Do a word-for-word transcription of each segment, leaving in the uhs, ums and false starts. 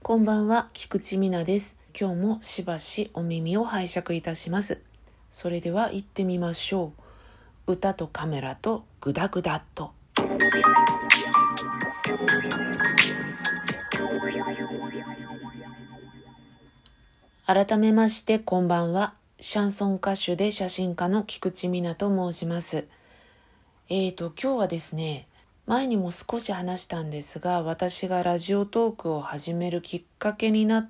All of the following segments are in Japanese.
こんばんは、菊池美奈です。今日もしばしお耳を拝借いたします。それでは行ってみましょう。歌とカメラとグダグダっと。改めましてこんばんは。シャンソン歌手で写真家の菊池美奈と申します。えーと今日はですね、前にも少し話したんですが、私がラジオトークを始めるきっかけになった、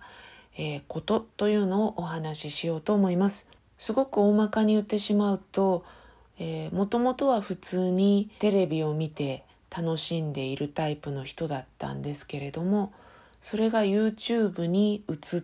えー、ことというのをお話ししようと思います。すごく大まかに言ってしまうと、えー、もともとは普通にテレビを見て楽しんでいるタイプの人だったんですけれども、それが YouTube に移って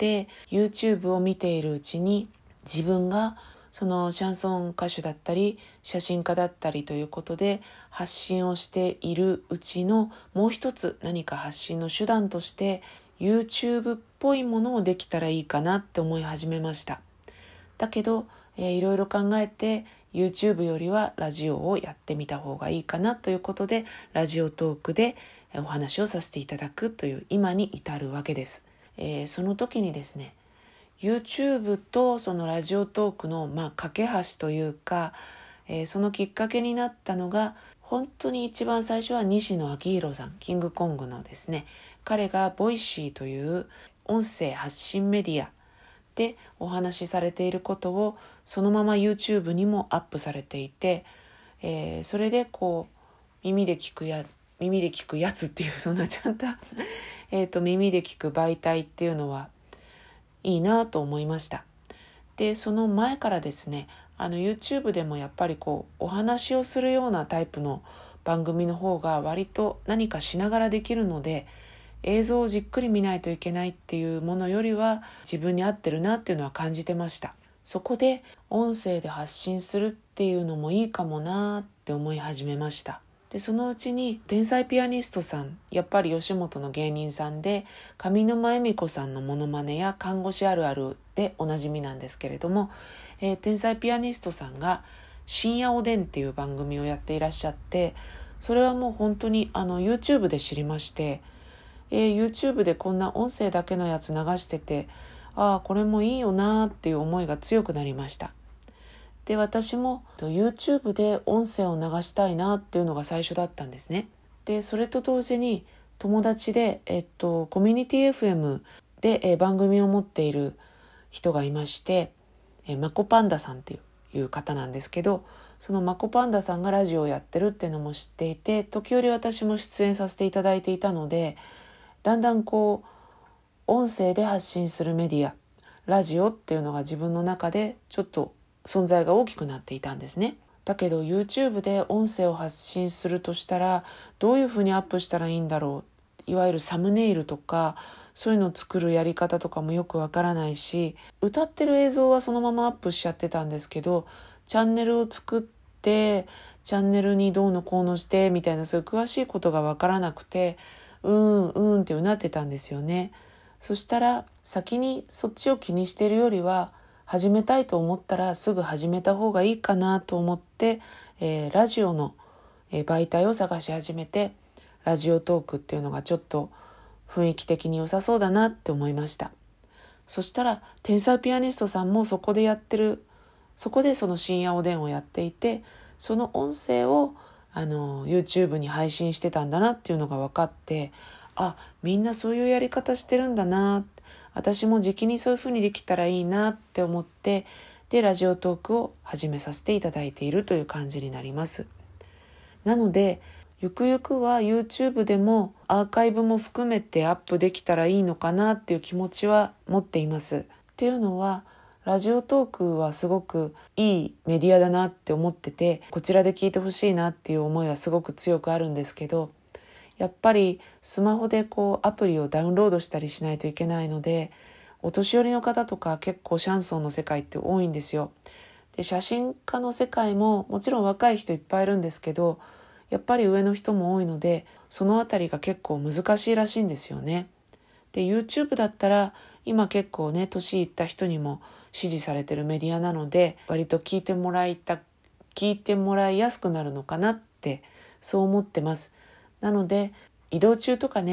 YouTube を見ているうちに、自分がそのシャンソン歌手だったり写真家だったりということで発信をしているうちのもう一つ、何か発信の手段として YouTube っぽいものをできたらいいかなって思い始めました。だけど、えー、いろいろ考えて YouTube よりはラジオをやってみた方がいいかなということで、ラジオトークでお話をさせていただくという今に至るわけです。えー、その時にですね、YouTube とそのラジオトークのまあ架け橋というか、えー、そのきっかけになったのが、本当に一番最初は西野昭弘さん、キングコングのですね、彼がボイシーという音声発信メディアでお話しされていることをそのまま YouTube にもアップされていて、えー、それでこう耳で聞くや耳で聞くやつっていう、そんなちゃんとえと耳で聞く媒体っていうのはいいなと思いました。で、その前からですね、あの YouTube でもやっぱりこうお話をするようなタイプの番組の方が割と何かしながらできるので、映像をじっくり見ないといけないっていうものよりは自分に合ってるなっていうのは感じてました。そこで音声で発信するっていうのもいいかもなって思い始めました。で、そのうちに天才ピアニストさん、やっぱり吉本の芸人さんで上沼恵美子さんのモノマネや看護師あるあるでおなじみなんですけれども、えー、天才ピアニストさんが深夜おでんっていう番組をやっていらっしゃって、それはもう本当にあの YouTube で知りまして、えー、YouTube でこんな音声だけのやつ流してて、ああこれもいいよなっていう思いが強くなりました。で、私も YouTube で音声を流したいなっていうのが最初だったんですね。で、それと同時に友達で、えっと、コミュニティ エフエム で、え番組を持っている人がいまして、えマコパンダさんっていういう方なんですけど、そのマコパンダさんがラジオをやってるっていうのも知っていて、時折私も出演させていただいていたので、だんだんこう音声で発信するメディア、ラジオっていうのが自分の中でちょっと存在が大きくなっていたんですね。だけど YouTube で音声を発信するとしたらどういうふうにアップしたらいいんだろう、いわゆるサムネイルとかそういうのを作るやり方とかもよくわからないし、歌ってる映像はそのままアップしちゃってたんですけど、チャンネルを作ってチャンネルにどうのこうのしてみたいな、そういう詳しいことがわからなくて、うーんうーんってうなってたんですよね。そしたら先にそっちを気にしてるよりは、始めたいと思ったらすぐ始めた方がいいかなと思って、えー、ラジオの、えー、媒体を探し始めて、ラジオトークっていうのがちょっと雰囲気的に良さそうだなって思いました。そしたら天才ピアニストさんもそこでやってる、そこでその深夜おでんをやっていて、その音声をあの YouTube に配信してたんだなっていうのが分かって、あ、みんなそういうやり方してるんだな、私も時期にそういう風にできたらいいなって思って、でラジオトークを始めさせていただいているという感じになります。なのでゆくゆくは YouTube でもアーカイブも含めてアップできたらいいのかなっていう気持ちは持っています。っていうのは、ラジオトークはすごくいいメディアだなって思ってて、こちらで聞いてほしいなっていう思いはすごく強くあるんですけど、やっぱりスマホでこうアプリをダウンロードしたりしないといけないので、お年寄りの方とか結構シャンソンの世界って多いんですよ。で、写真家の世界ももちろん若い人いっぱいいるんですけど、やっぱり上の人も多いので、そのあたりが結構難しいらしいんですよね。で、YouTube だったら今結構ね、年いった人にも支持されてるメディアなので、割と聞いてもらいた聞いてもらいやすくなるのかなってそう思ってます。なので移動中とかね、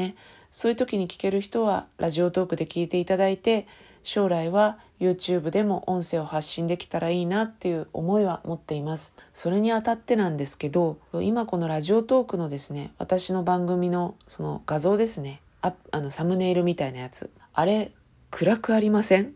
そういう時に聞ける人はラジオトークで聞いていただいて、将来は YouTube でも音声を発信できたらいいなっていう思いは持っています。それにあたってなんですけど、今このラジオトークのですね、私の番組のその画像ですね、ああのサムネイルみたいなやつ、あれ暗くありません？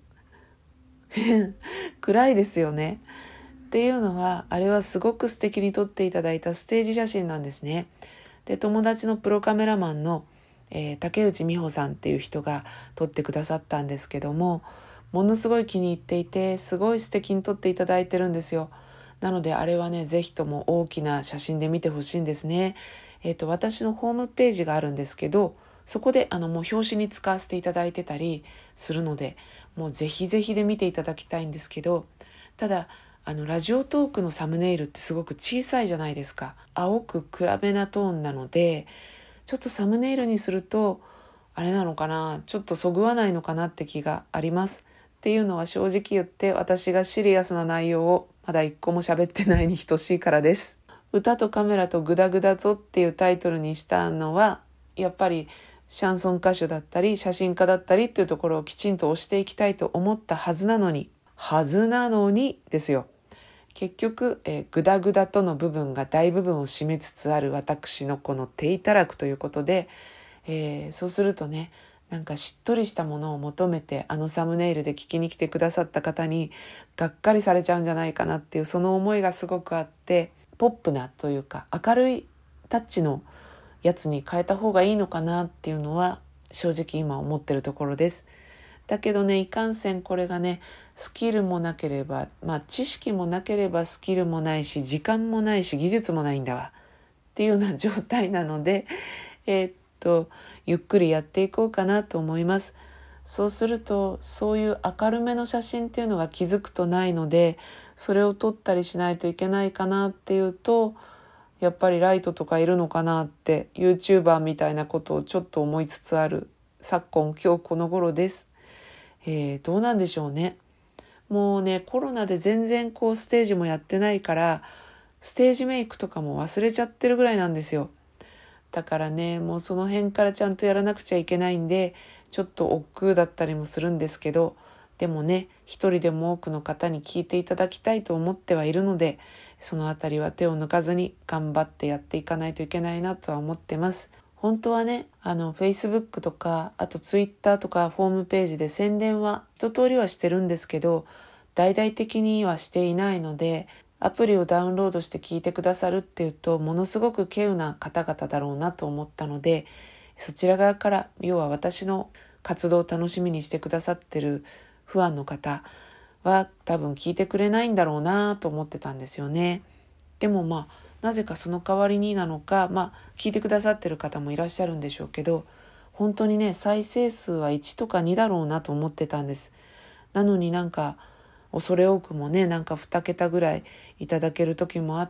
暗いですよね。っていうのは、あれはすごく素敵に撮っていただいたステージ写真なんですね。で、友達のプロカメラマンの、えー、竹内美穂さんっていう人が撮ってくださったんですけども、ものすごい気に入っていて、すごい素敵に撮っていただいてるんですよ。なのであれはね、ぜひとも大きな写真で見てほしいんですね。えっと、私のホームページがあるんですけど、そこであのもう表紙に使わせていただいてたりするので、もうぜひぜひで見ていただきたいんですけど、ただあのラジオトークのサムネイルってすごく小さいじゃないですか。青く暗めなトーンなので、ちょっとサムネイルにするとあれなのかな、ちょっとそぐわないのかなって気があります。っていうのは正直言って、私がシリアスな内容をまだ一個も喋ってないに等しいからです。歌とカメラとグダグダとっていうタイトルにしたのは、やっぱりシャンソン歌手だったり写真家だったりっていうところをきちんと推していきたいと思ったはずなのに、はずなのにですよ。結局、えー、グダグダとの部分が大部分を占めつつある私のこの手いたらくということで、えー、そうするとね、なんかしっとりしたものを求めてあのサムネイルで聞きに来てくださった方にがっかりされちゃうんじゃないかなっていう、その思いがすごくあって、ポップなというか明るいタッチのやつに変えた方がいいのかなっていうのは正直今思ってるところです。だけどね、いかんせんこれがね、スキルもなければ、まあ知識もなければスキルもないし、時間もないし、技術もないんだわっていうような状態なので、えー、っとゆっくりやっていこうかなと思います。そうすると、そういう明るめの写真っていうのが気づくとないので、それを撮ったりしないといけないかなっていうと、やっぱりライトとかいるのかなって YouTuber みたいなことをちょっと思いつつある昨今今日この頃です。えー、どうなんでしょうね。もうね、コロナで全然こうステージもやってないから、ステージメイクとかも忘れちゃってるぐらいなんですよ。だからね、もうその辺からちゃんとやらなくちゃいけないんで、ちょっと億劫だったりもするんですけど、でもね、一人でも多くの方に聞いていただきたいと思ってはいるので、そのあたりは手を抜かずに頑張ってやっていかないといけないなとは思ってます。本当はね、あの Facebook とか、あと Twitter とかホームページで宣伝は一通りはしてるんですけど、大々的にはしていないので、アプリをダウンロードして聞いてくださるっていうと、ものすごく稀有な方々だろうなと思ったので、そちら側から、要は私の活動を楽しみにしてくださってるファンの方は多分聞いてくれないんだろうなと思ってたんですよね。でもまあ、なぜかその代わりになのか、まあ聞いてくださってる方もいらっしゃるんでしょうけど、本当にね、再生数はいちとかにだろうなと思ってたんです。なのになんか恐れ多くもね、なんかに桁ぐらいいただける時もあって、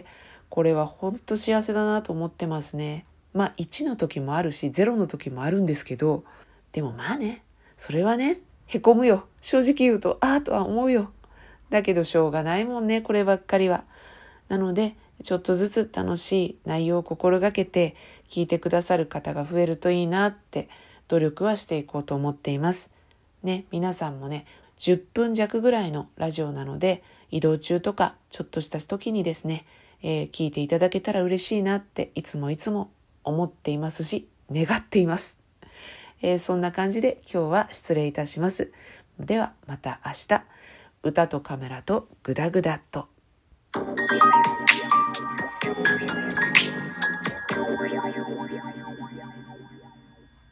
これは本当幸せだなと思ってますね。まあいちの時もあるしゼロの時もあるんですけど、でもまあね、それはね、へこむよ。正直言うと、ああとは思うよ。だけどしょうがないもんね、こればっかりは。なので、ちょっとずつ楽しい内容を心がけて聞いてくださる方が増えるといいなって努力はしていこうと思っています。ね、皆さんもね、じゅっぷん弱ぐらいのラジオなので、移動中とかちょっとした時にですね、えー、聞いていただけたら嬉しいなっていつもいつも思っていますし、願っています。えー、そんな感じで今日は失礼いたします。ではまた明日、歌とカメラとグダグダと。Thank you.